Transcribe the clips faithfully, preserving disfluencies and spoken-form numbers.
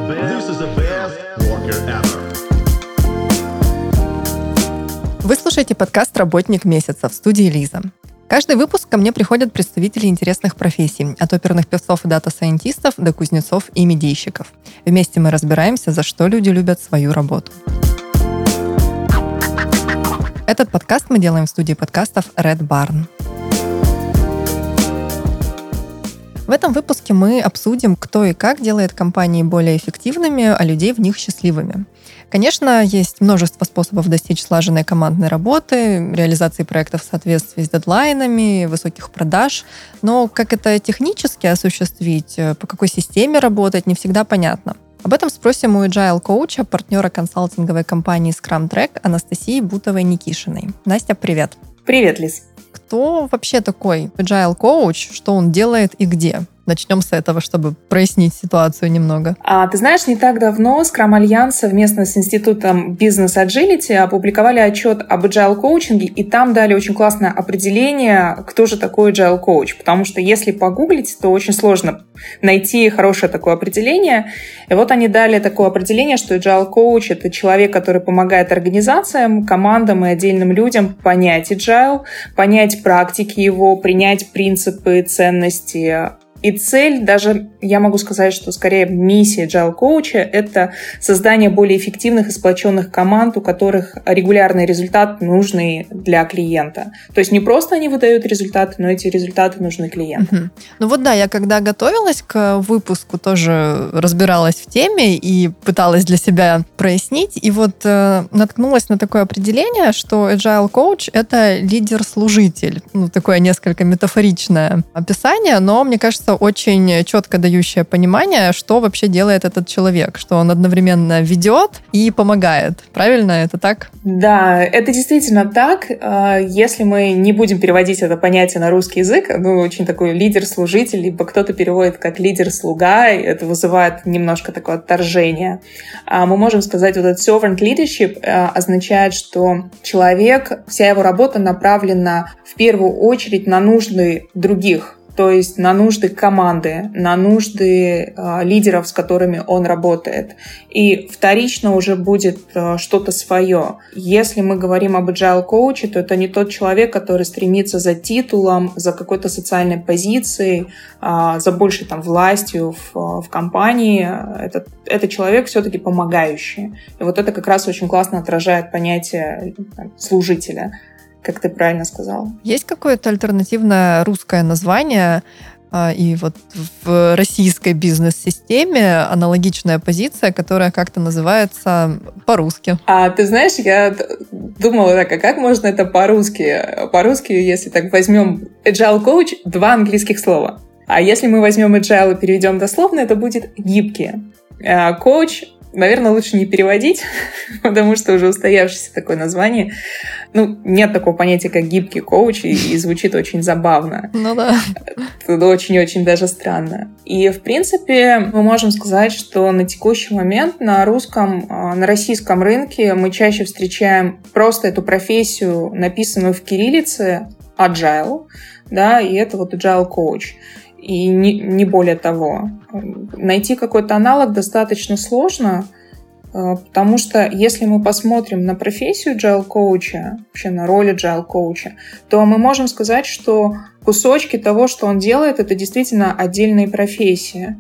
This is the best worker ever. Вы слушаете подкаст «Работник месяца» в студии Лиза. Каждый выпуск ко мне приходят представители интересных профессий, от оперных певцов и дата-сайентистов до кузнецов и медийщиков. Вместе мы разбираемся, за что люди любят свою работу. Этот подкаст мы делаем в студии подкастов Red Barn. В этом выпуске мы обсудим, кто и как делает компании более эффективными, а людей в них счастливыми. Конечно, есть множество способов достичь слаженной командной работы, реализации проектов в соответствии с дедлайнами, высоких продаж, но как это технически осуществить, по какой системе работать, не всегда понятно. Об этом спросим у Agile-коуча, партнера консалтинговой компании Scrum Track Анастасии Бутовой-Никишиной. Настя, привет! Привет, Лиз! Кто вообще такой Agile-коуч, что он делает и где? Начнем с этого, чтобы прояснить ситуацию немного. А, ты знаешь, не так давно Scrum Альянс совместно с Институтом Business Agility опубликовали отчет об Agile-коучинге, и там дали очень классное определение, кто же такой Agile-коуч. Потому что если погуглить, то очень сложно найти хорошее такое определение. И вот они дали такое определение, что Agile-коуч — это человек, который помогает организациям, командам и отдельным людям понять Agile, понять практики его, принять принципы, ценности. И цель, даже я могу сказать, что скорее миссия Agile-коуча — это создание более эффективных и сплоченных команд, у которых регулярный результат нужный для клиента. То есть не просто они выдают результаты, но эти результаты нужны клиенту. Uh-huh. Ну вот да, я когда готовилась к выпуску, тоже разбиралась в теме и пыталась для себя прояснить. И вот э, наткнулась на такое определение, что Agile-коуч — это лидер-служитель. Ну, такое несколько метафоричное описание, но, мне кажется, очень четко дающее понимание, что вообще делает этот человек, что он одновременно ведет и помогает. Правильно это так? Да, это действительно так. Если мы не будем переводить это понятие на русский язык, ну, очень такой лидер-служитель, либо кто-то переводит как лидер-слуга, это вызывает немножко такое отторжение. Мы можем сказать, вот этот servant leadership означает, что человек, вся его работа направлена в первую очередь на нужды других, то есть на нужды команды, на нужды э, лидеров, с которыми он работает. И вторично уже будет э, что-то свое. Если мы говорим об Agile-коуче, то это не тот человек, который стремится за титулом, за какой-то социальной позицией, э, за большей там, властью в, в компании. Это, это человек все-таки помогающий. И вот это как раз очень классно отражает понятие там, служителя, как ты правильно сказала. Есть какое-то альтернативное русское название, и вот в российской бизнес-системе аналогичная позиция, которая как-то называется по-русски? А ты знаешь, я думала так, а как можно это по-русски? По-русски, если так возьмем Agile Coach, два английских слова. А если мы возьмем Agile и переведем дословно, это будет гибкий. Коуч, наверное, лучше не переводить, потому что уже устоявшееся такое название. Ну, нет такого понятия, как гибкий коуч, и, и звучит очень забавно. Ну да. Это очень-очень даже странно. И, в принципе, мы можем сказать, что на текущий момент на русском, на российском рынке мы чаще встречаем просто эту профессию, написанную в кириллице, agile, да, и это вот agile коуч. И не, не более того. Найти какой-то аналог достаточно сложно, потому что если мы посмотрим на профессию Agile-коуча, вообще на роль Agile-коуча, то мы можем сказать, что кусочки того, что он делает, это действительно отдельные профессии.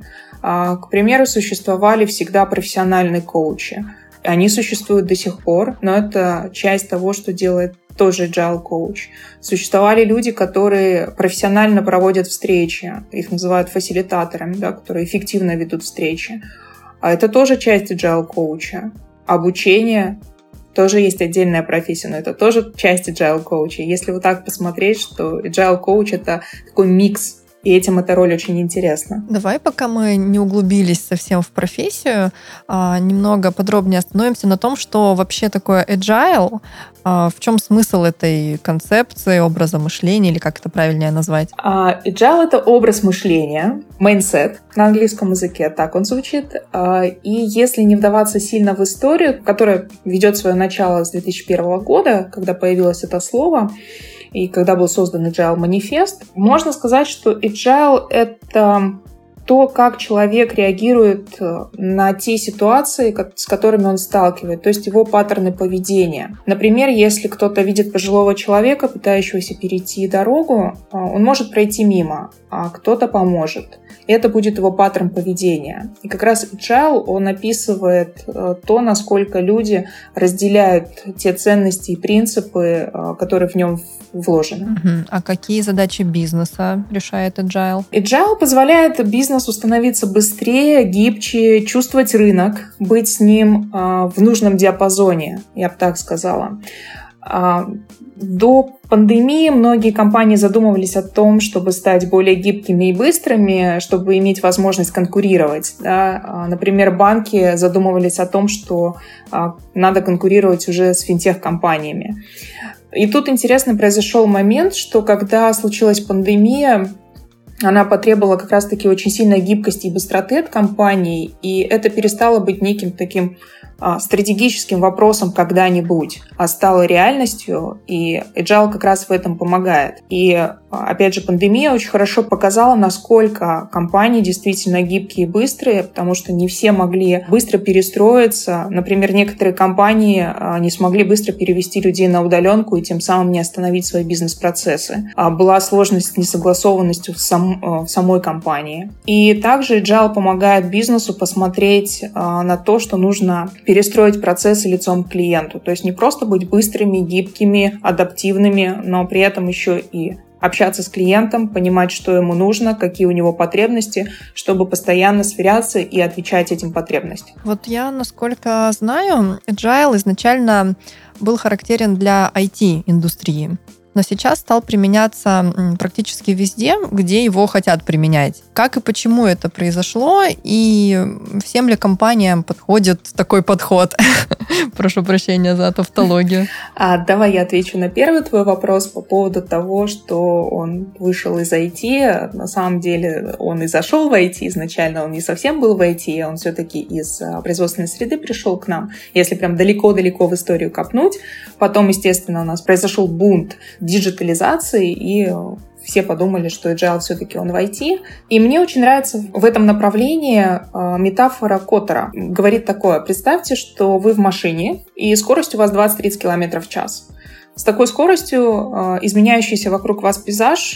К примеру, существовали всегда профессиональные коучи. Они существуют до сих пор, но это часть того, что делает тоже Agile-коуч. Существовали люди, которые профессионально проводят встречи, их называют фасилитаторами, да, которые эффективно ведут встречи. А это тоже часть Agile-коуча. Обучение тоже есть отдельная профессия, но это тоже часть Agile-коуча. Если вот так посмотреть, что Agile-коуч — это такой микс, и этим эта роль очень интересна. Давай, пока мы не углубились совсем в профессию, немного подробнее остановимся на том, что вообще такое Agile, в чем смысл этой концепции, образа мышления, или как это правильнее назвать? Agile — это образ мышления, mindset на английском языке, так он звучит. И если не вдаваться сильно в историю, которая ведет свое начало с две тысячи первого года, когда появилось это слово, и когда был создан Agile манифест, можно сказать, что Agile — это то, как человек реагирует на те ситуации, с которыми он сталкивается, то есть его паттерны поведения. Например, если кто-то видит пожилого человека, пытающегося перейти дорогу, он может пройти мимо, а кто-то поможет. И это будет его паттерн поведения. И как раз Agile, он описывает то, насколько люди разделяют те ценности и принципы, которые в нем вложены. Uh-huh. А какие задачи бизнеса решает Agile? Agile позволяет бизнесу становиться быстрее, гибче, чувствовать рынок, быть с ним э, в нужном диапазоне, я бы так сказала. А, до пандемии многие компании задумывались о том, чтобы стать более гибкими и быстрыми, чтобы иметь возможность конкурировать. Да? Например, банки задумывались о том, что а, надо конкурировать уже с финтех-компаниями. И тут интересно произошел момент, что когда случилась пандемия, она потребовала как раз-таки очень сильной гибкости и быстроты от компаний, и это перестало быть неким таким а, стратегическим вопросом когда-нибудь, а стало реальностью, и Agile как раз в этом помогает. И, опять же, пандемия очень хорошо показала, насколько компании действительно гибкие и быстрые, потому что не все могли быстро перестроиться. Например, некоторые компании а, не смогли быстро перевести людей на удаленку и тем самым не остановить свои бизнес-процессы. А, была сложность с несогласованностью в самом в самой компании. И также Agile помогает бизнесу посмотреть а, на то, что нужно перестроить процессы лицом к клиенту. То есть не просто быть быстрыми, гибкими, адаптивными, но при этом еще и общаться с клиентом, понимать, что ему нужно, какие у него потребности, чтобы постоянно сверяться и отвечать этим потребностям. Вот я, насколько знаю, Agile изначально был характерен для ай ти-индустрии. Но сейчас стал применяться практически везде, где его хотят применять. Как и почему это произошло, и всем ли компаниям подходит такой подход? Прошу прощения за тавтологию. А, давай я отвечу на первый твой вопрос по поводу того, что он вышел из ай ти. На самом деле он и зашел в ай ти. Изначально он не совсем был в ай ти, он все-таки из производственной среды пришел к нам. Если прям далеко-далеко в историю копнуть. Потом, естественно, у нас произошел бунт диджитализации, и все подумали, что Agile все-таки он в ай ти. И мне очень нравится в этом направлении метафора Коттера. Говорит такое: представьте, что вы в машине, и скорость у вас двадцать-тридцать километров в час. С такой скоростью изменяющийся вокруг вас пейзаж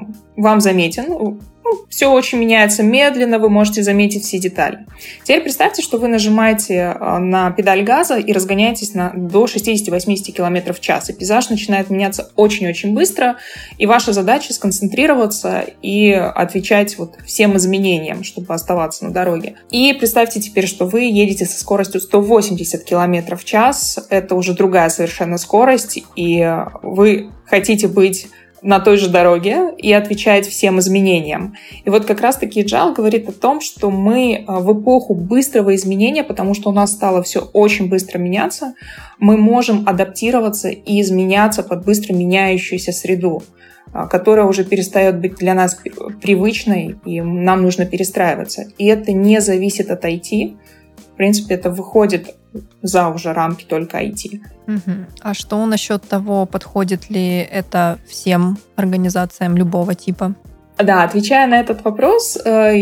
вам заметен. Все очень меняется медленно, вы можете заметить все детали. Теперь представьте, что вы нажимаете на педаль газа и разгоняетесь на, до шестьдесят-восемьдесят километров в час. И пейзаж начинает меняться очень-очень быстро, и ваша задача сконцентрироваться и отвечать вот всем изменениям, чтобы оставаться на дороге. И представьте теперь, что вы едете со скоростью сто восемьдесят километров в час. Это уже другая совершенно скорость, и вы хотите быть на той же дороге и отвечать всем изменениям. И вот как раз-таки Agile говорит о том, что мы в эпоху быстрого изменения, потому что у нас стало все очень быстро меняться, мы можем адаптироваться и изменяться под быстро меняющуюся среду, которая уже перестает быть для нас привычной, и нам нужно перестраиваться. И это не зависит от ай ти. В принципе, это выходит за уже рамки только ай ти. Угу. А что насчет того, подходит ли это всем организациям любого типа? Да, отвечая на этот вопрос,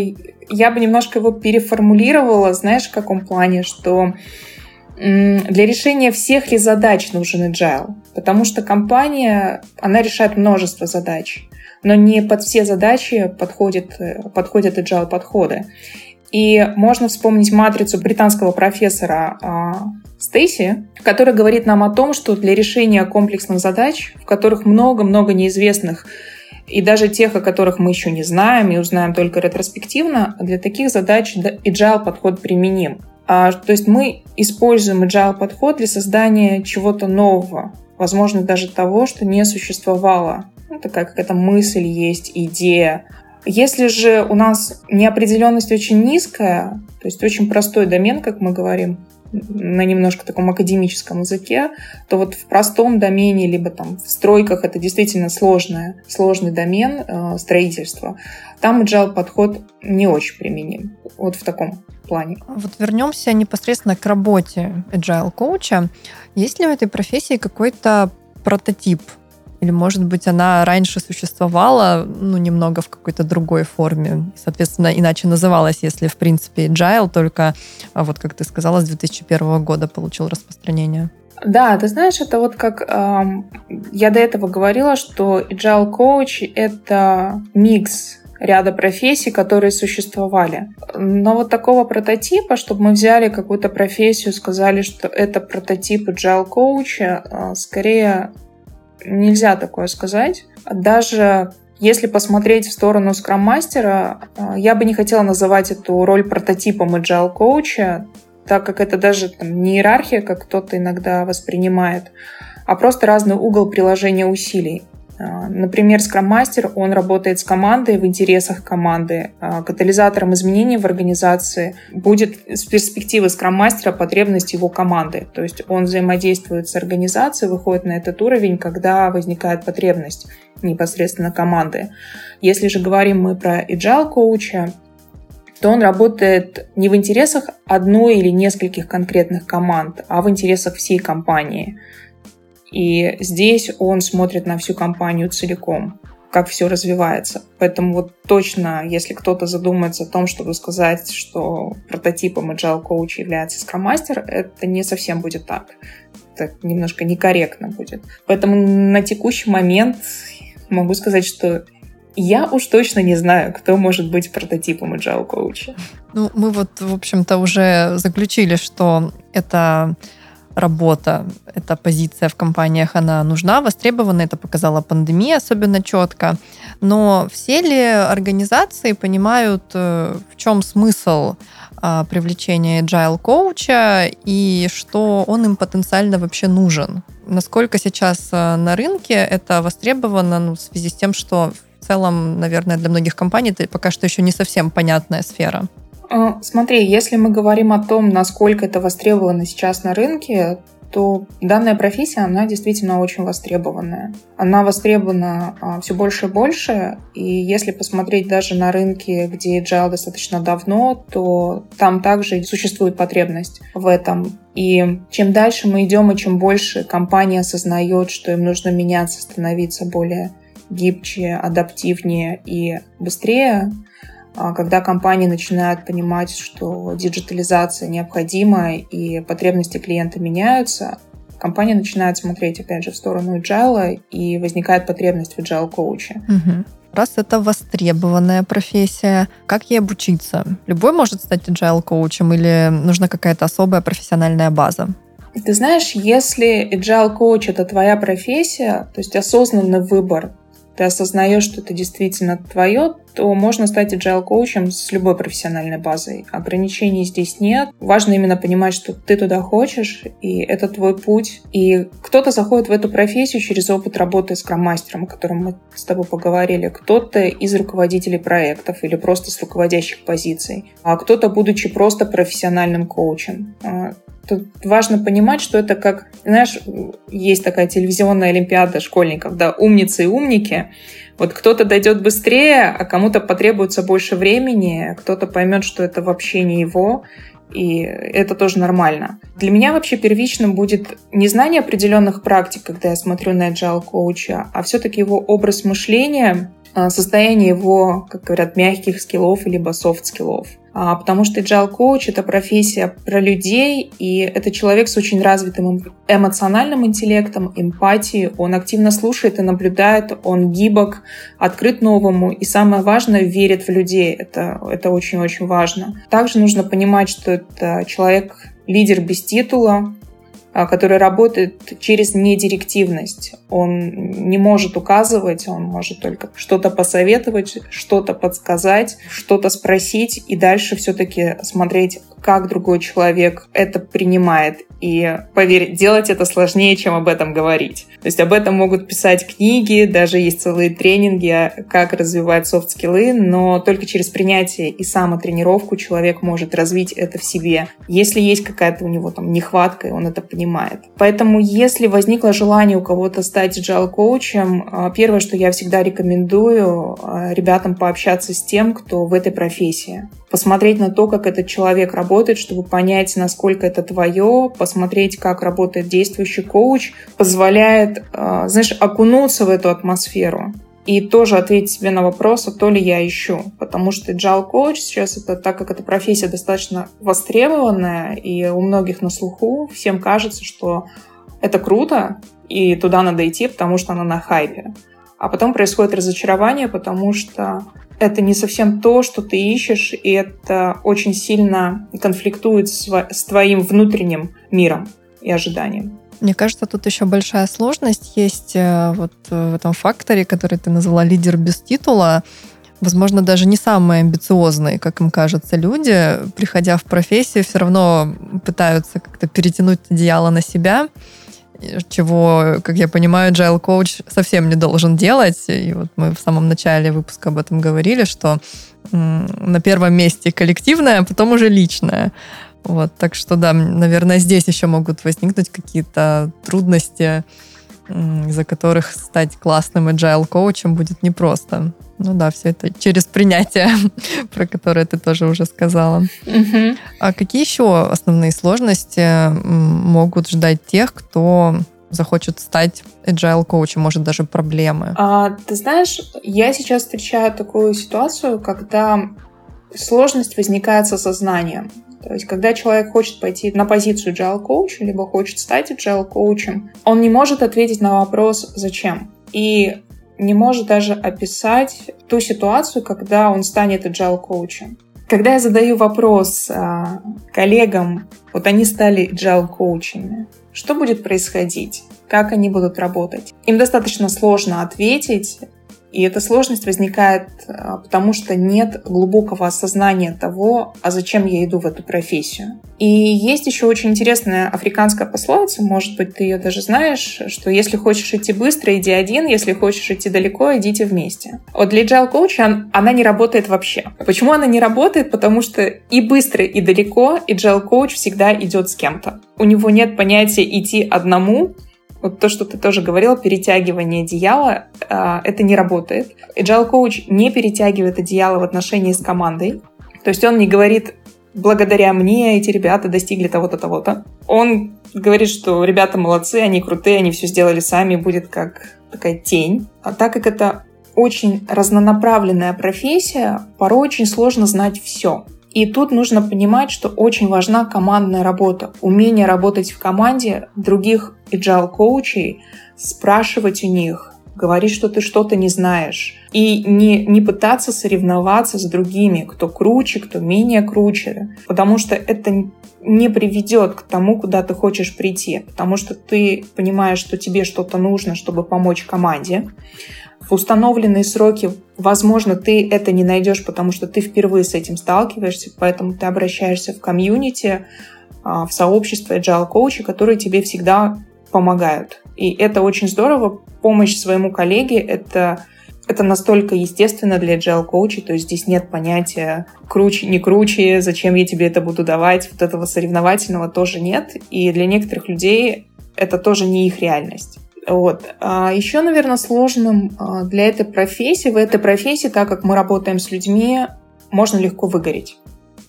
я бы немножко его переформулировала, знаешь, в каком плане, что для решения всех ли задач нужен Agile, потому что компания, она решает множество задач, но не под все задачи подходят, подходят Agile подходы. И можно вспомнить матрицу британского профессора э, Стейси, который говорит нам о том, что для решения комплексных задач, в которых много-много неизвестных, и даже тех, о которых мы еще не знаем и узнаем только ретроспективно, для таких задач Agile подход применим. А, то есть мы используем Agile подход для создания чего-то нового, возможно, даже того, что не существовало. Ну, такая какая-то мысль есть, идея. Если же у нас неопределенность очень низкая, то есть очень простой домен, как мы говорим, на немножко таком академическом языке, то вот в простом домене, либо там в стройках это действительно сложное, сложный домен э, строительства, там Agile подход не очень применим. Вот в таком плане. Вот вернемся непосредственно к работе Agile коуча. Есть ли в этой профессии какой-то прототип? Или, может быть, она раньше существовала, ну, немного в какой-то другой форме, соответственно, иначе называлась, если, в принципе, Agile только, вот как ты сказала, с две тысячи первого года получил распространение. Да, ты знаешь, это вот как эм, я до этого говорила, что Agile Coach — это микс ряда профессий, которые существовали. Но вот такого прототипа, чтобы мы взяли какую-то профессию, сказали, что это прототип Agile Coach, э, скорее нельзя такое сказать. Даже если посмотреть в сторону скрам-мастера, э, я бы не хотела называть эту роль прототипом Agile Coach, так как это даже там, не иерархия, как кто-то иногда воспринимает, а просто разный угол приложения усилий. Например, скрам-мастер, он работает с командой в интересах команды. Катализатором изменений в организации будет с перспективы скрам-мастера потребность его команды. То есть он взаимодействует с организацией, выходит на этот уровень, когда возникает потребность непосредственно команды. Если же говорим мы про Agile коуча, то он работает не в интересах одной или нескольких конкретных команд, а в интересах всей компании. И здесь он смотрит на всю компанию целиком, как все развивается. Поэтому вот точно, если кто-то задумается о том, чтобы сказать, что прототипом Agile Coach является Scrum Master, это не совсем будет так. Это немножко некорректно будет. Поэтому на текущий момент могу сказать, что я уж точно не знаю, кто может быть прототипом Agile Coach. Ну, мы вот, в общем-то, уже заключили, что это работа, эта позиция в компаниях, она нужна, востребована, это показала пандемия особенно четко. Но все ли организации понимают, в чем смысл привлечения Agile коуча и что он им потенциально вообще нужен? Насколько сейчас на рынке это востребовано, ну, в связи с тем, что в целом, наверное, для многих компаний это пока что еще не совсем понятная сфера? Смотри, если мы говорим о том, насколько это востребовано сейчас на рынке, то данная профессия, она действительно очень востребованная. Она востребована все больше и больше, и если посмотреть даже на рынки, где Agile достаточно давно, то там также существует потребность в этом. И чем дальше мы идем, и чем больше компания осознает, что им нужно меняться, становиться более гибче, адаптивнее и быстрее, когда компании начинают понимать, что диджитализация необходима и потребности клиента меняются, компания начинает смотреть, опять же, в сторону Agile, и возникает потребность в Agile коуче. Угу. Раз это востребованная профессия, как ей обучиться? Любой может стать Agile коучем или нужна какая-то особая профессиональная база? Ты знаешь, если Agile коуч — это твоя профессия, то есть осознанный выбор, ты осознаешь, что это действительно твое, то можно стать Agile коучем с любой профессиональной базой. Ограничений здесь нет. Важно именно понимать, что ты туда хочешь, и это твой путь. И кто-то заходит в эту профессию через опыт работы с скрам-мастером, о котором мы с тобой поговорили. Кто-то из руководителей проектов или просто с руководящих позиций. А кто-то, будучи просто профессиональным коучем. Тут важно понимать, что это как, знаешь, есть такая телевизионная олимпиада школьников, да, умницы и умники. Вот кто-то дойдет быстрее, а кому-то потребуется больше времени, кто-то поймет, что это вообще не его, и это тоже нормально. Для меня вообще первичным будет не знание определенных практик, когда я смотрю на Agile коуча, а все-таки его образ мышления, состояние его, как говорят, мягких скиллов либо софт-скиллов. Потому что Agile Coach — это профессия про людей, и это человек с очень развитым эмоциональным интеллектом, эмпатией. Он активно слушает и наблюдает, он гибок, открыт новому, и самое важное — верит в людей. Это, это очень-очень важно. Также нужно понимать, что это человек-лидер без титула, который работает через недирективность. Он не может указывать, он может только что-то посоветовать, что-то подсказать, что-то спросить, и дальше все-таки смотреть, как другой человек это принимает. И, поверь, делать это сложнее, чем об этом говорить. То есть об этом могут писать книги, даже есть целые тренинги, как развивать софт-скиллы, но только через принятие и самотренировку человек может развить это в себе. Если есть какая-то у него там нехватка, и он это понимает, понимает. Поэтому, если возникло желание у кого-то стать agile-коучем, первое, что я всегда рекомендую ребятам пообщаться с тем, кто в этой профессии. Посмотреть на то, как этот человек работает, чтобы понять, насколько это твое, посмотреть, как работает действующий коуч, позволяет, знаешь, окунуться в эту атмосферу. И тоже ответить себе на вопрос, а то ли я ищу. Потому что agile coach сейчас, это, так как эта профессия достаточно востребованная и у многих на слуху, всем кажется, что это круто, и туда надо идти, потому что она на хайпе. А потом происходит разочарование, потому что это не совсем то, что ты ищешь, и это очень сильно конфликтует с твоим внутренним миром и ожиданием. Мне кажется, тут еще большая сложность есть вот в этом факторе, который ты назвала лидер без титула. Возможно, даже не самые амбициозные, как им кажется, люди, приходя в профессию, все равно пытаются как-то перетянуть одеяло на себя, чего, как я понимаю, agile coach совсем не должен делать. И вот мы в самом начале выпуска об этом говорили, что на первом месте коллективное, а потом уже личное. Вот, так что, да, наверное, здесь еще могут возникнуть какие-то трудности, из-за которых стать классным agile-коучем будет непросто. Ну да, все это через принятие, про которое ты тоже уже сказала. Mm-hmm. А какие еще основные сложности могут ждать тех, кто захочет стать agile-коучем, может, даже проблемы? А, ты знаешь, я сейчас встречаю такую ситуацию, когда сложность возникает с осознанием. То есть, когда человек хочет пойти на позицию agile-коуча, либо хочет стать agile-коучем, он не может ответить на вопрос «зачем?». И не может даже описать ту ситуацию, когда он станет agile-коучем. Когда я задаю вопрос а, коллегам, вот они стали agile-коучами, что будет происходить? Как они будут работать? Им достаточно сложно ответить, и эта сложность возникает потому, что нет глубокого осознания того, а зачем я иду в эту профессию. И есть еще очень интересная африканская пословица, может быть, ты ее даже знаешь, что если хочешь идти быстро, иди один, если хочешь идти далеко, идите вместе. Вот для agile коуча она не работает вообще. Почему она не работает? Потому что и быстро, и далеко agile коуч всегда идет с кем-то. У него нет понятия идти одному. Вот то, что ты тоже говорила, перетягивание одеяла, это не работает. Agile Coach не перетягивает одеяло в отношении с командой. То есть он не говорит, благодаря мне эти ребята достигли того-то, того-то. Он говорит, что ребята молодцы, они крутые, они все сделали сами, будет как такая тень. А так как это очень разнонаправленная профессия, порой очень сложно знать все. И тут нужно понимать, что очень важна командная работа, умение работать в команде других agile-коучей, спрашивать у них, говорить, что ты что-то не знаешь, и не, не пытаться соревноваться с другими, кто круче, кто менее круче, потому что это не приведет к тому, куда ты хочешь прийти, потому что ты понимаешь, что тебе что-то нужно, чтобы помочь команде. В установленные сроки, возможно, ты это не найдешь, потому что ты впервые с этим сталкиваешься, поэтому ты обращаешься в комьюнити, в сообщество agile-коучей, которые тебе всегда помогают. И это очень здорово. Помощь своему коллеге — это, это настолько естественно для agile-коучей, то есть здесь нет понятия круче, не круче, зачем я тебе это буду давать, вот этого соревновательного тоже нет. И для некоторых людей это тоже не их реальность. Вот. А еще, наверное, сложным для этой профессии, в этой профессии, так как мы работаем с людьми, можно легко выгореть.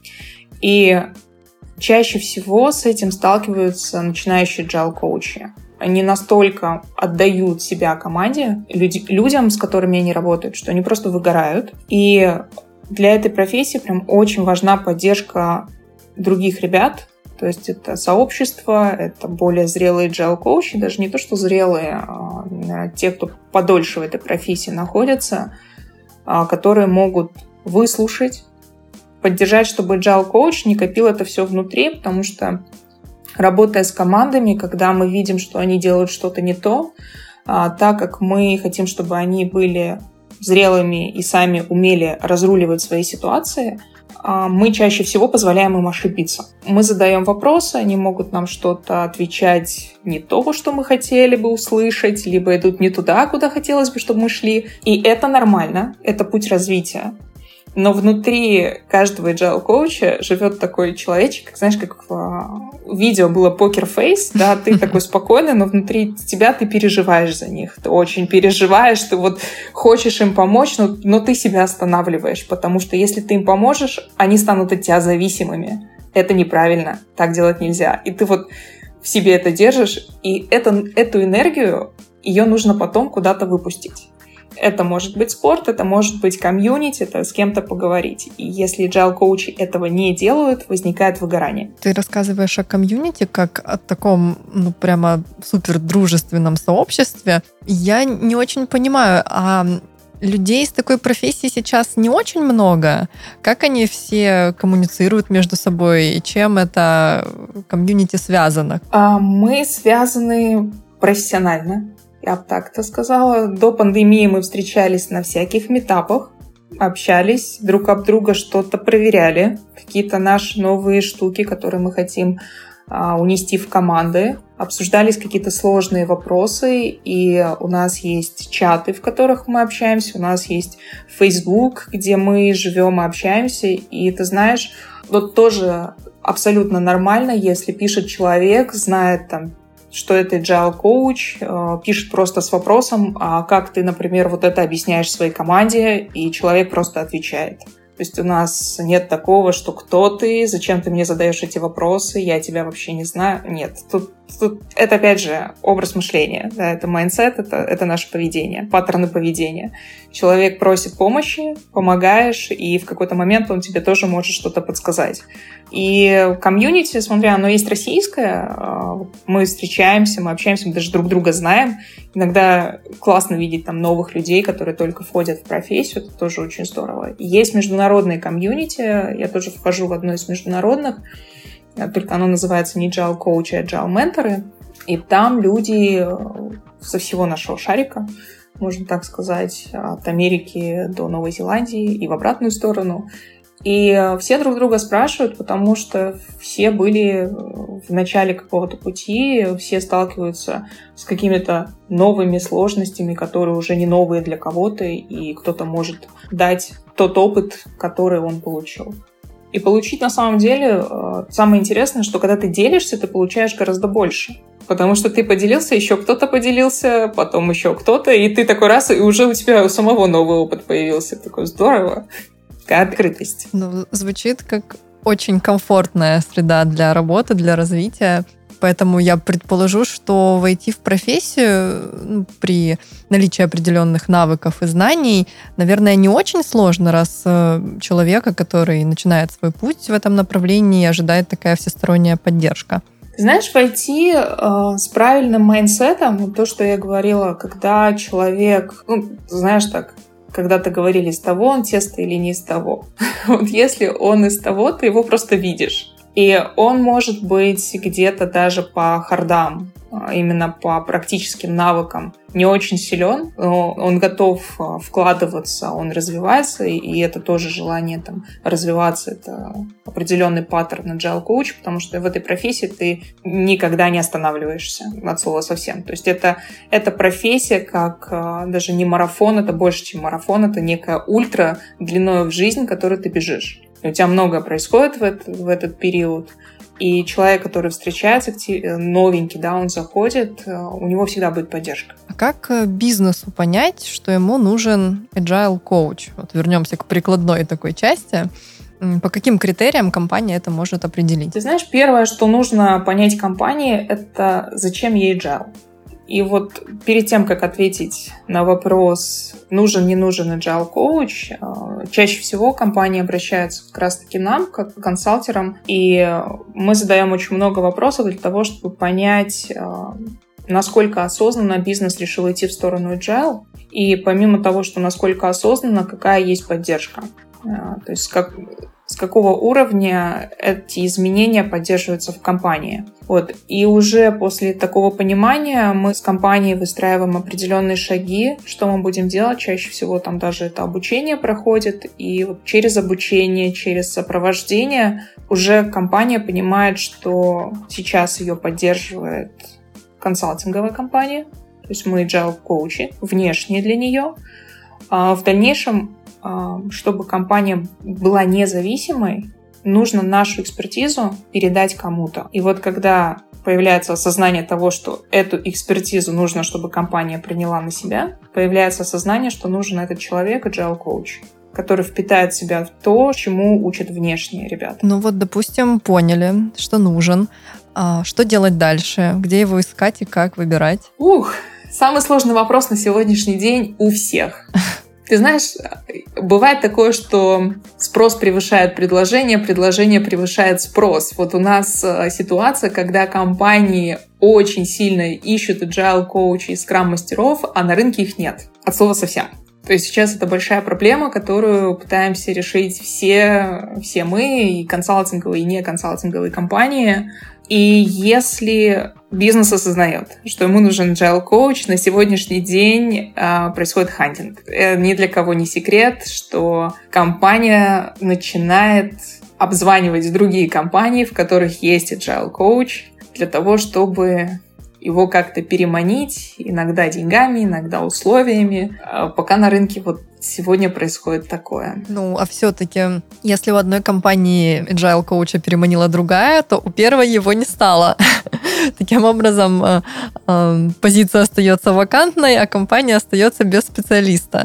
И чаще всего с этим сталкиваются начинающие agile-коучи. Они настолько отдают себя команде, люди, людям, с которыми они работают, что они просто выгорают. И для этой профессии прям очень важна поддержка других ребят. То есть это сообщество, это более зрелые agile-коучи, даже не то, что зрелые, а те, кто подольше в этой профессии находятся, которые могут выслушать, поддержать, чтобы agile-коуч не копил это все внутри, потому что, работая с командами, когда мы видим, что они делают что-то не то, так как мы хотим, чтобы они были зрелыми и сами умели разруливать свои ситуации, мы чаще всего позволяем им ошибиться. Мы задаем вопросы, они могут нам что-то отвечать не то, что мы хотели бы услышать, либо идут не туда, куда хотелось бы, чтобы мы шли. И это нормально, это путь развития. Но внутри каждого agile коуча живет такой человечек, знаешь, как в видео было покер-фейс, да, ты такой спокойный, но внутри тебя ты переживаешь за них, ты очень переживаешь, ты вот хочешь им помочь, но, но ты себя останавливаешь, потому что если ты им поможешь, они станут от тебя зависимыми. Это неправильно, так делать нельзя. И ты вот в себе это держишь, и это, эту энергию, ее нужно потом куда-то выпустить. Это может быть спорт, это может быть комьюнити, это с кем-то поговорить. И если agile коучи этого не делают, возникает выгорание. Ты рассказываешь о комьюнити как о таком, ну, прямо супер дружественном сообществе. Я не очень понимаю, а людей с такой профессией сейчас не очень много. Как они все коммуницируют между собой и чем это комьюнити связано? Мы связаны профессионально. Я бы так-то сказала. До пандемии мы встречались на всяких митапах, общались, друг об друга что-то проверяли, какие-то наши новые штуки, которые мы хотим а, унести в команды. Обсуждались какие-то сложные вопросы, и у нас есть чаты, в которых мы общаемся, у нас есть Facebook, где мы живем и общаемся, и ты знаешь, вот тоже абсолютно нормально, если пишет человек, знает там, что это agile коуч, пишет просто с вопросом, а как ты, например, вот это объясняешь своей команде, и человек просто отвечает. То есть у нас нет такого, что кто ты, зачем ты мне задаешь эти вопросы, я тебя вообще не знаю. Нет, тут, тут это опять же образ мышления, да, это майндсет, это, это наше поведение, паттерны поведения. Человек просит помощи, помогаешь, и в какой-то момент он тебе тоже может что-то подсказать. И комьюнити, смотря, оно есть российское, мы встречаемся, мы общаемся, мы даже друг друга знаем. Иногда классно видеть там новых людей, которые только входят в профессию, это тоже очень здорово. Есть международные комьюнити, я тоже вхожу в одно из международных, только оно называется не agile коучи, а agile менторы, и там люди со всего нашего шарика, можно так сказать, от Америки до Новой Зеландии и в обратную сторону. И все друг друга спрашивают, потому что все были в начале какого-то пути, все сталкиваются с какими-то новыми сложностями, которые уже не новые для кого-то, и кто-то может дать тот опыт, который он получил. И получить на самом деле, самое интересное, что когда ты делишься, ты получаешь гораздо больше. Потому что ты поделился, еще кто-то поделился, потом еще кто-то, и ты такой раз, и уже у тебя у самого новый опыт появился. Такой здорово. Открытость. Ну, звучит как очень комфортная среда для работы, для развития. Поэтому я предположу, что войти в профессию ну, при наличии определенных навыков и знаний, наверное, не очень сложно, раз человека, который начинает свой путь в этом направлении, ожидает такая всесторонняя поддержка. Знаешь, войти э, с правильным майндсетом, то, что я говорила, когда человек, ну, знаешь так, когда-то говорили, из того он тесто или не из того. Вот если он из того, ты его просто видишь. И он может быть где-то даже по хардам, именно по практическим навыкам, не очень силен, но он готов вкладываться, он развивается, и это тоже желание там, развиваться, это определенный паттерн agile коуч, потому что в этой профессии ты никогда не останавливаешься от слова совсем. То есть это, это профессия как даже не марафон, это больше, чем марафон, это некая ультра длиной в жизнь, которую ты бежишь. И у тебя многое происходит в, это, в этот период, и человек, который встречается, новенький, да, он заходит, у него всегда будет поддержка. А как бизнесу понять, что ему нужен agile коуч? Вот вернемся к прикладной такой части. По каким критериям компания это может определить? Ты знаешь, первое, что нужно понять компании, это зачем ей agile. И вот перед тем, как ответить на вопрос, нужен, не нужен agile коуч, чаще всего компании обращаются как раз-таки нам, как к консалтерам, и мы задаем очень много вопросов для того, чтобы понять, насколько осознанно бизнес решил идти в сторону agile, и помимо того, что насколько осознанно, какая есть поддержка. То есть как, с какого уровня эти изменения поддерживаются в компании. Вот. И уже после такого понимания мы с компанией выстраиваем определенные шаги, что мы будем делать. Чаще всего там даже это обучение проходит, и вот через обучение, через сопровождение уже компания понимает, что сейчас ее поддерживает консалтинговая компания, то есть мы agile коучи, внешние для нее. А в дальнейшем чтобы компания была независимой, нужно нашу экспертизу передать кому-то. И вот когда появляется осознание того, что эту экспертизу нужно, чтобы компания приняла на себя, появляется осознание, что нужен этот человек, agile coach, который впитает в себя в то, чему учат внешние ребята. Ну вот, допустим, поняли, что нужен. А что делать дальше? Где его искать и как выбирать? Ух, самый сложный вопрос на сегодняшний день у всех. Ты знаешь, бывает такое, что спрос превышает предложение, предложение превышает спрос. Вот у нас ситуация, когда компании очень сильно ищут agile коучей и скрам-мастеров, а на рынке их нет. От слова совсем. То есть сейчас это большая проблема, которую пытаемся решить все, все мы, и консалтинговые, и не консалтинговые компании. И если бизнес осознает, что ему нужен agile коуч, на сегодняшний день э, происходит хантинг. Ни для кого не секрет, что компания начинает обзванивать другие компании, в которых есть agile коуч, для того, чтобы его как-то переманить, иногда деньгами, иногда условиями, пока на рынке вот сегодня происходит такое. Ну, а все-таки, если у одной компании agile коуча переманила другая, то у первой его не стало. Таким образом, позиция остается вакантной, а компания остается без специалиста.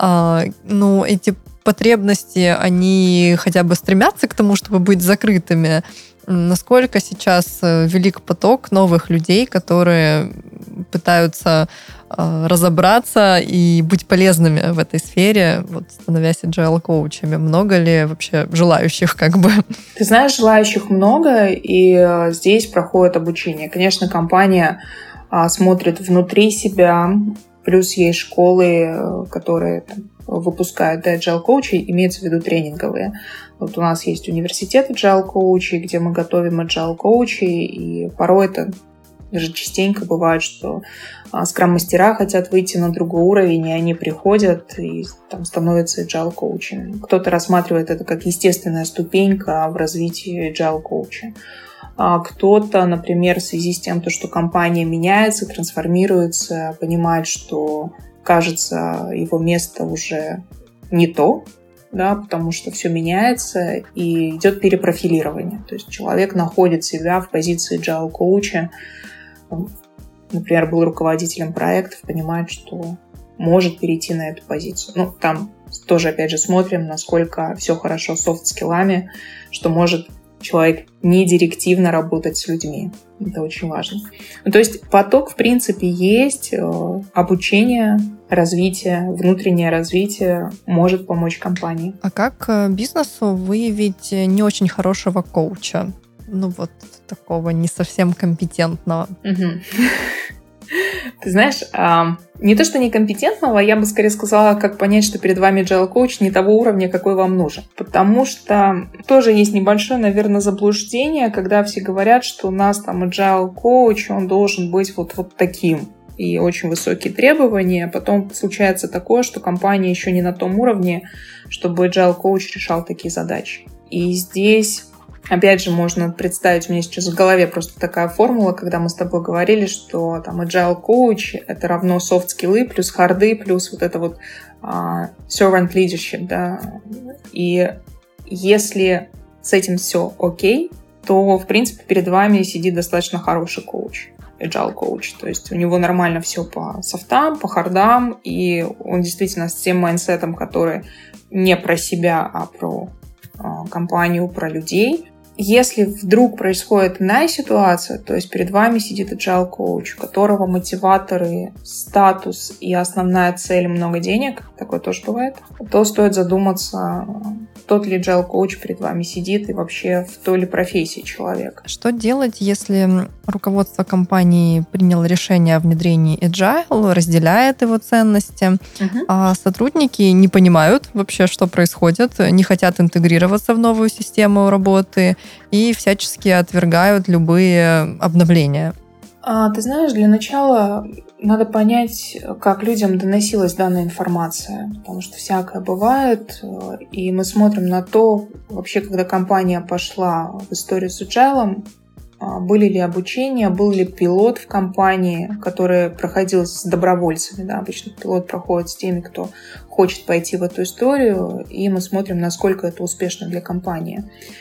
Ну, эти потребности, они хотя бы стремятся к тому, чтобы быть закрытыми. Насколько сейчас велик поток новых людей, которые пытаются э, разобраться и быть полезными в этой сфере, вот, становясь agile коучами? Много ли вообще желающих, как бы? Ты знаешь, желающих много, и здесь проходит обучение. Конечно, компания а, смотрит внутри себя, плюс есть школы, которые там выпускают agile коучей, имеется в виду тренинговые. Вот у нас есть университет agile коучей, где мы готовим agile коучей, и порой это даже частенько бывает, что скрам-мастера хотят выйти на другой уровень, и они приходят и там становятся agile коучами. Кто-то рассматривает это как естественная ступенька в развитии agile коуча. А кто-то, например, в связи с тем, что компания меняется, трансформируется, понимает, что, кажется, его место уже не то, да, потому что все меняется, и идет перепрофилирование. То есть человек находит себя в позиции agile коуча, например, был руководителем проектов, понимает, что может перейти на эту позицию. Ну, там тоже, опять же, смотрим, насколько все хорошо с софт-скиллами, что может человек не директивно работать с людьми. Это очень важно. Ну, то есть поток, в принципе, есть. Обучение, развитие, внутреннее развитие может помочь компании. А как бизнесу выявить не очень хорошего коуча? Ну вот такого не совсем компетентного. Угу. Ты знаешь, не то что некомпетентного, я бы скорее сказала, как понять, что перед вами agile коуч не того уровня, какой вам нужен. Потому что тоже есть небольшое, наверное, заблуждение, когда все говорят, что у нас там agile коуч, он должен быть вот, вот таким. И очень высокие требования. Потом случается такое, что компания еще не на том уровне, чтобы agile коуч решал такие задачи. И здесь... Опять же, можно представить, у меня сейчас в голове просто такая формула, когда мы с тобой говорили, что там agile coach — это равно софт-скиллы плюс харды, плюс вот это вот uh, servant leadership, да. И если с этим все окей, то, в принципе, перед вами сидит достаточно хороший коуч, agile coach. То есть у него нормально все по софтам, по хардам, и он действительно с тем майндсетом, который не про себя, а про uh, компанию, про людей. Если вдруг происходит иная ситуация, то есть перед вами сидит agile коуч, у которого мотиваторы, статус и основная цель много денег, такое тоже бывает, то стоит задуматься, тот ли agile коуч перед вами сидит и вообще в той ли профессии человек. Что делать, если руководство компании приняло решение о внедрении agile, разделяет его ценности, угу. а сотрудники не понимают вообще, что происходит, не хотят интегрироваться в новую систему работы и всячески отвергают любые обновления? А, ты знаешь, для начала надо понять, как людям доносилась данная информация, потому что всякое бывает, и мы смотрим на то, вообще, когда компания пошла в историю с agile, были ли обучения, был ли пилот в компании, который проходил с добровольцами. Да, обычно пилот проходит с теми, кто хочет пойти в эту историю, и мы смотрим, насколько это успешно для компании.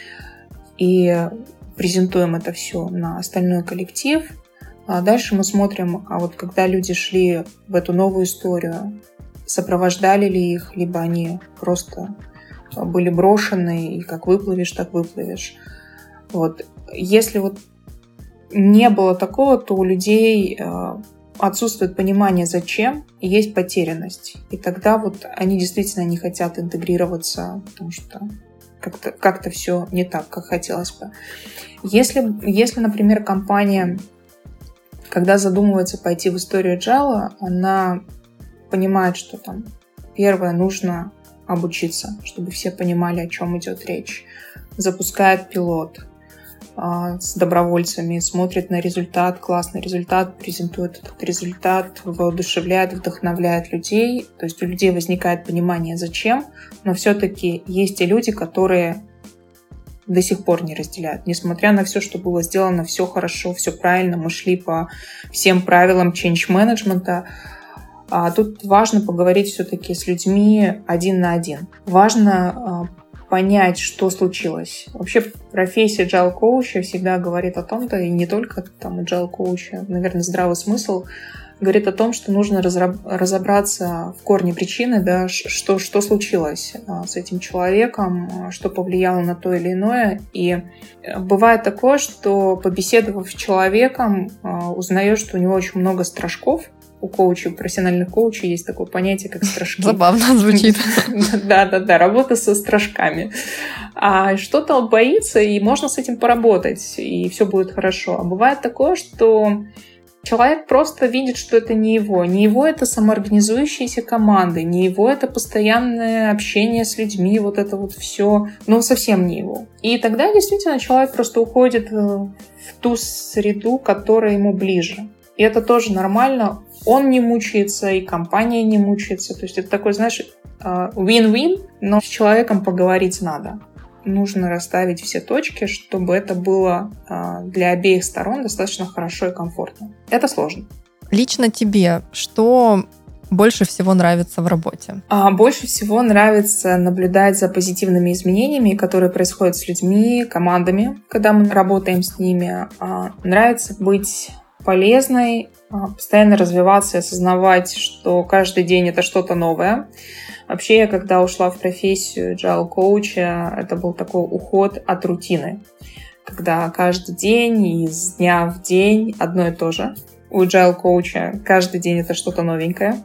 И презентуем это все на остальной коллектив. А дальше мы смотрим, а вот когда люди шли в эту новую историю, сопровождали ли их, либо они просто были брошены, и как выплывешь, так выплывешь. Вот. Если вот не было такого, то у людей отсутствует понимание, зачем, и есть потерянность. И тогда вот они действительно не хотят интегрироваться, потому что как-то, как-то все не так, как хотелось бы. Если, если, например, компания, когда задумывается пойти в историю Agile, она понимает, что там первое, нужно обучиться, чтобы все понимали, о чем идет речь. Запускает пилот а, с добровольцами, смотрит на результат, классный результат, презентует этот результат, воодушевляет, вдохновляет людей. То есть у людей возникает понимание, зачем, но все-таки есть и люди, которые до сих пор не разделяют. Несмотря на все, что было сделано, все хорошо, все правильно, мы шли по всем правилам change management. А тут важно поговорить все-таки с людьми один на один. Важно а, понять, что случилось. Вообще профессия agile коуча всегда говорит о том, да и не только там agile коуча, наверное, здравый смысл говорит о том, что нужно разраб- разобраться в корне причины, да, что, что случилось а, с этим человеком, что повлияло на то или иное. И бывает такое, что побеседовав с человеком, а, узнаешь, что у него очень много страшков. У коучей, у профессиональных коучей есть такое понятие, как страшки. Забавно звучит. Да-да-да, работа со страшками. А что-то он боится, и можно с этим поработать, и все будет хорошо. А бывает такое, что человек просто видит, что это не его. Не его это самоорганизующиеся команды, не его это постоянное общение с людьми, вот это вот все, ну, совсем не его. И тогда действительно человек просто уходит в ту среду, которая ему ближе. И это тоже нормально. Он не мучается, и компания не мучается. То есть это такой, знаешь, win-win, но с человеком поговорить надо. Нужно расставить все точки, чтобы это было для обеих сторон достаточно хорошо и комфортно. Это сложно. Лично тебе что больше всего нравится в работе? А больше всего нравится наблюдать за позитивными изменениями, которые происходят с людьми, командами, когда мы работаем с ними. А нравится быть полезной, постоянно развиваться и осознавать, что каждый день это что-то новое. Вообще, я когда ушла в профессию agile коуча, это был такой уход от рутины, когда каждый день, из дня в день одно и то же. У agile коуча каждый день это что-то новенькое.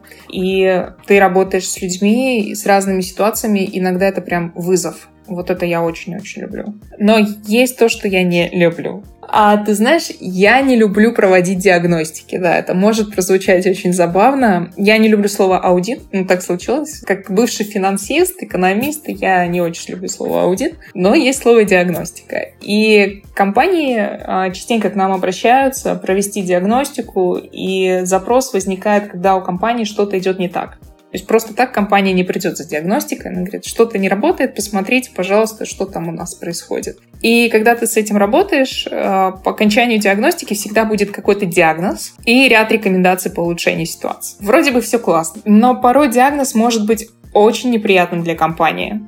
И ты работаешь с людьми, с разными ситуациями, иногда это прям вызов. Вот это я очень-очень люблю. Но есть то, что я не люблю. А ты знаешь, я не люблю проводить диагностики. Да, это может прозвучать очень забавно. Я не люблю слово аудит. Ну, так случилось. Как бывший финансист, экономист, я не очень люблю слово аудит. Но есть слово диагностика. И компании частенько к нам обращаются провести диагностику, и запрос возникает, когда у компании что-то идет не так. То есть просто так компания не придет за диагностикой. Она говорит, что-то не работает, посмотрите, пожалуйста, что там у нас происходит. И когда ты с этим работаешь, по окончанию диагностики всегда будет какой-то диагноз и ряд рекомендаций по улучшению ситуации. Вроде бы все классно, но порой диагноз может быть очень неприятным для компании.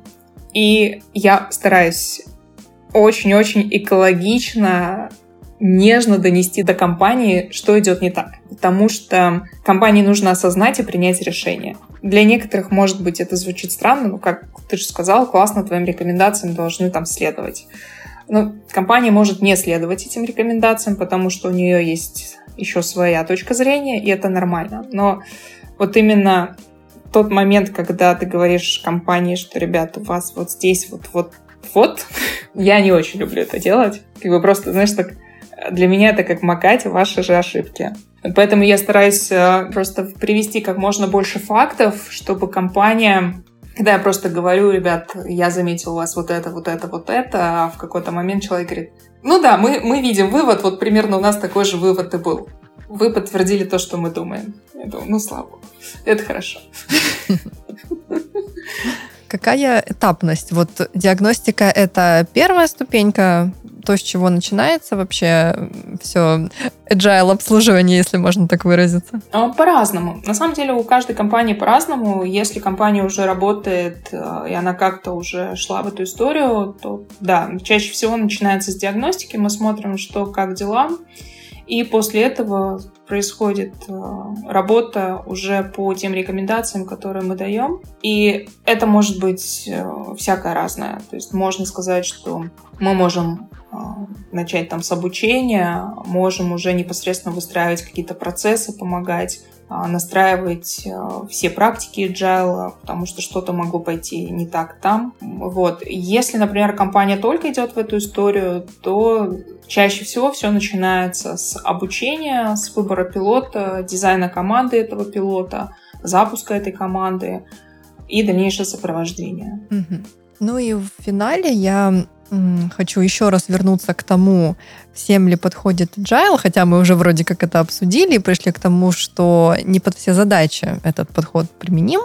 И я стараюсь очень-очень экологично, нежно донести до компании, что идет не так. Потому что компании нужно осознать и принять решение. Для некоторых, может быть, это звучит странно, но, как ты же сказал, классно, твоим рекомендациям должны там следовать. Но компания может не следовать этим рекомендациям, потому что у нее есть еще своя точка зрения, и это нормально. Но вот именно тот момент, когда ты говоришь компании, что, ребята, у вас вот здесь вот-вот-вот, я не очень люблю это делать. Как бы просто, знаешь, так для меня это как макать ваши же ошибки. Поэтому я стараюсь просто привести как можно больше фактов, чтобы компания, когда я просто говорю, ребят, я заметил у вас вот это, вот это, вот это, а в какой-то момент человек говорит, ну да, мы, мы видим вывод, вот примерно у нас такой же вывод и был. Вы подтвердили то, что мы думаем. Я думаю, ну слава богу, это хорошо. Какая этапность? Вот диагностика — это первая ступенька, то, с чего начинается вообще все agile обслуживание, если можно так выразиться? По-разному. На самом деле у каждой компании по-разному. Если компания уже работает, и она как-то уже шла в эту историю, то да, чаще всего начинается с диагностики. Мы смотрим, что, как дела. И после этого происходит работа уже по тем рекомендациям, которые мы даем. И это может быть всякое разное. То есть можно сказать, что мы можем начать там с обучения, можем уже непосредственно выстраивать какие-то процессы, помогать, настраивать все практики agile, потому что что-то могло пойти не так там. Вот. Если, например, компания только идет в эту историю, то чаще всего все начинается с обучения, с выбора пилота, дизайна команды этого пилота, запуска этой команды и дальнейшее сопровождение. Угу. Ну и в финале я хочу еще раз вернуться к тому, всем ли подходит agile, хотя мы уже вроде как это обсудили и пришли к тому, что не под все задачи этот подход применим,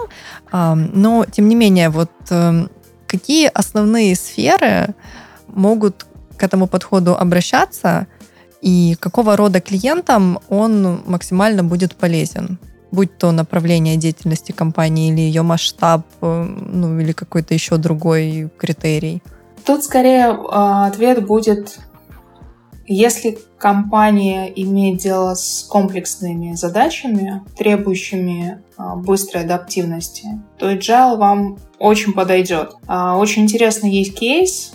но тем не менее, вот какие основные сферы могут к этому подходу обращаться и какого рода клиентам он максимально будет полезен? Будь то направление деятельности компании или ее масштаб, ну или какой-то еще другой критерий. Тут скорее ответ будет, если компания имеет дело с комплексными задачами, требующими быстрой адаптивности, то agile вам очень подойдет. Очень интересный есть кейс.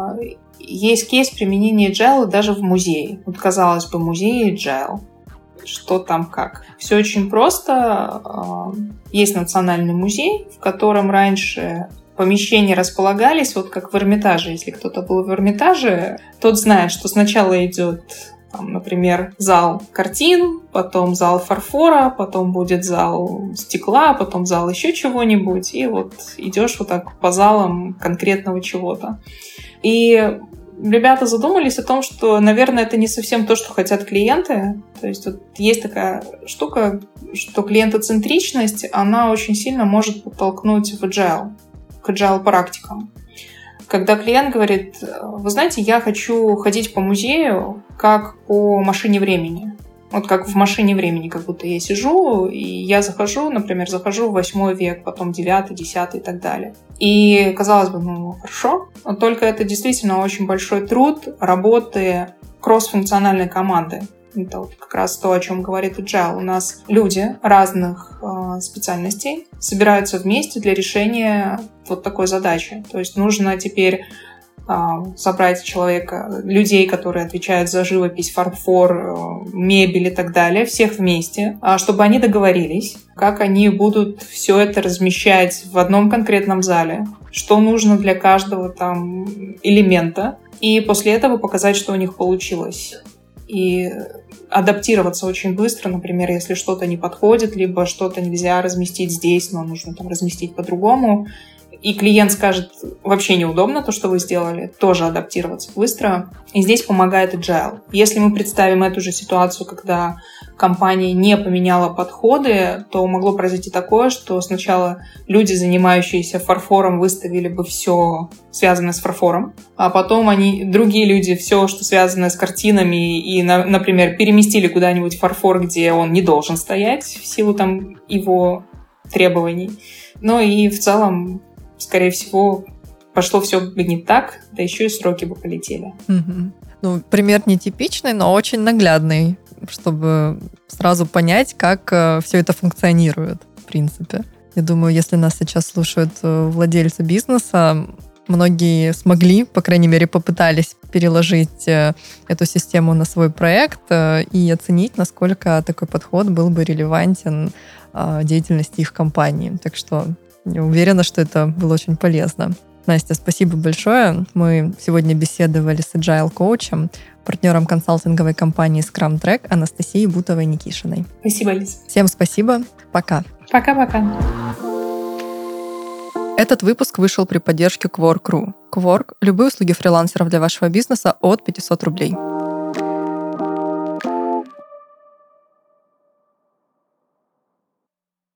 Есть кейс применения agile даже в музее. Вот, казалось бы, музей agile. Что там как. Все очень просто. Есть национальный музей, в котором раньше помещения располагались, вот как в Эрмитаже. Если кто-то был в Эрмитаже, тот знает, что сначала идет, там, например, зал картин, потом зал фарфора, потом будет зал стекла, потом зал еще чего-нибудь, и вот идешь вот так по залам конкретного чего-то. И ребята задумались о том, что, наверное, это не совсем то, что хотят клиенты. То есть вот есть такая штука, что клиентоцентричность, она очень сильно может подтолкнуть в agile, к agile практикам. Когда клиент говорит, вы знаете, я хочу ходить по музею как по машине времени. Вот как в машине времени, как будто я сижу, и я захожу, например, захожу в восьмой век, потом девятый, десятый и так далее. И, казалось бы, ну, хорошо, но только это действительно очень большой труд работы кроссфункциональной команды. Это вот как раз то, о чем говорит agile. У нас люди разных э, специальностей собираются вместе для решения вот такой задачи. То есть нужно теперь э, собрать человека, людей, которые отвечают за живопись, фарфор, э, мебель и так далее, всех вместе, э, чтобы они договорились, как они будут все это размещать в одном конкретном зале, что нужно для каждого там элемента, и после этого показать, что у них получилось. И адаптироваться очень быстро, например, если что-то не подходит, либо что-то нельзя разместить здесь, но нужно там разместить по-другому, и клиент скажет, вообще неудобно то, что вы сделали, тоже адаптироваться быстро. И здесь помогает agile. Если мы представим эту же ситуацию, когда компания не поменяла подходы, то могло произойти такое, что сначала люди, занимающиеся фарфором, выставили бы все связанное с фарфором, а потом они, другие люди, все, что связано с картинами, и, например, переместили куда-нибудь фарфор, где он не должен стоять в силу там его требований. Ну и в целом, скорее всего, пошло все бы не так, да еще и сроки бы полетели. Угу. Ну, пример нетипичный, но очень наглядный, чтобы сразу понять, как э, все это функционирует, в принципе. Я думаю, если нас сейчас слушают владельцы бизнеса, многие смогли, по крайней мере, попытались переложить э, эту систему на свой проект э, и оценить, насколько такой подход был бы релевантен э, деятельности их компании. Так что я уверена, что это было очень полезно. Настя, спасибо большое. Мы сегодня беседовали с agile-коучем, партнером консалтинговой компании Scrum Track Анастасией Бутовой-Никишиной. Спасибо, Лиз. Всем спасибо. Пока. Пока-пока. Этот выпуск вышел при поддержке Quark точка ру. Quark – любые услуги фрилансеров для вашего бизнеса от пятьсот рублей.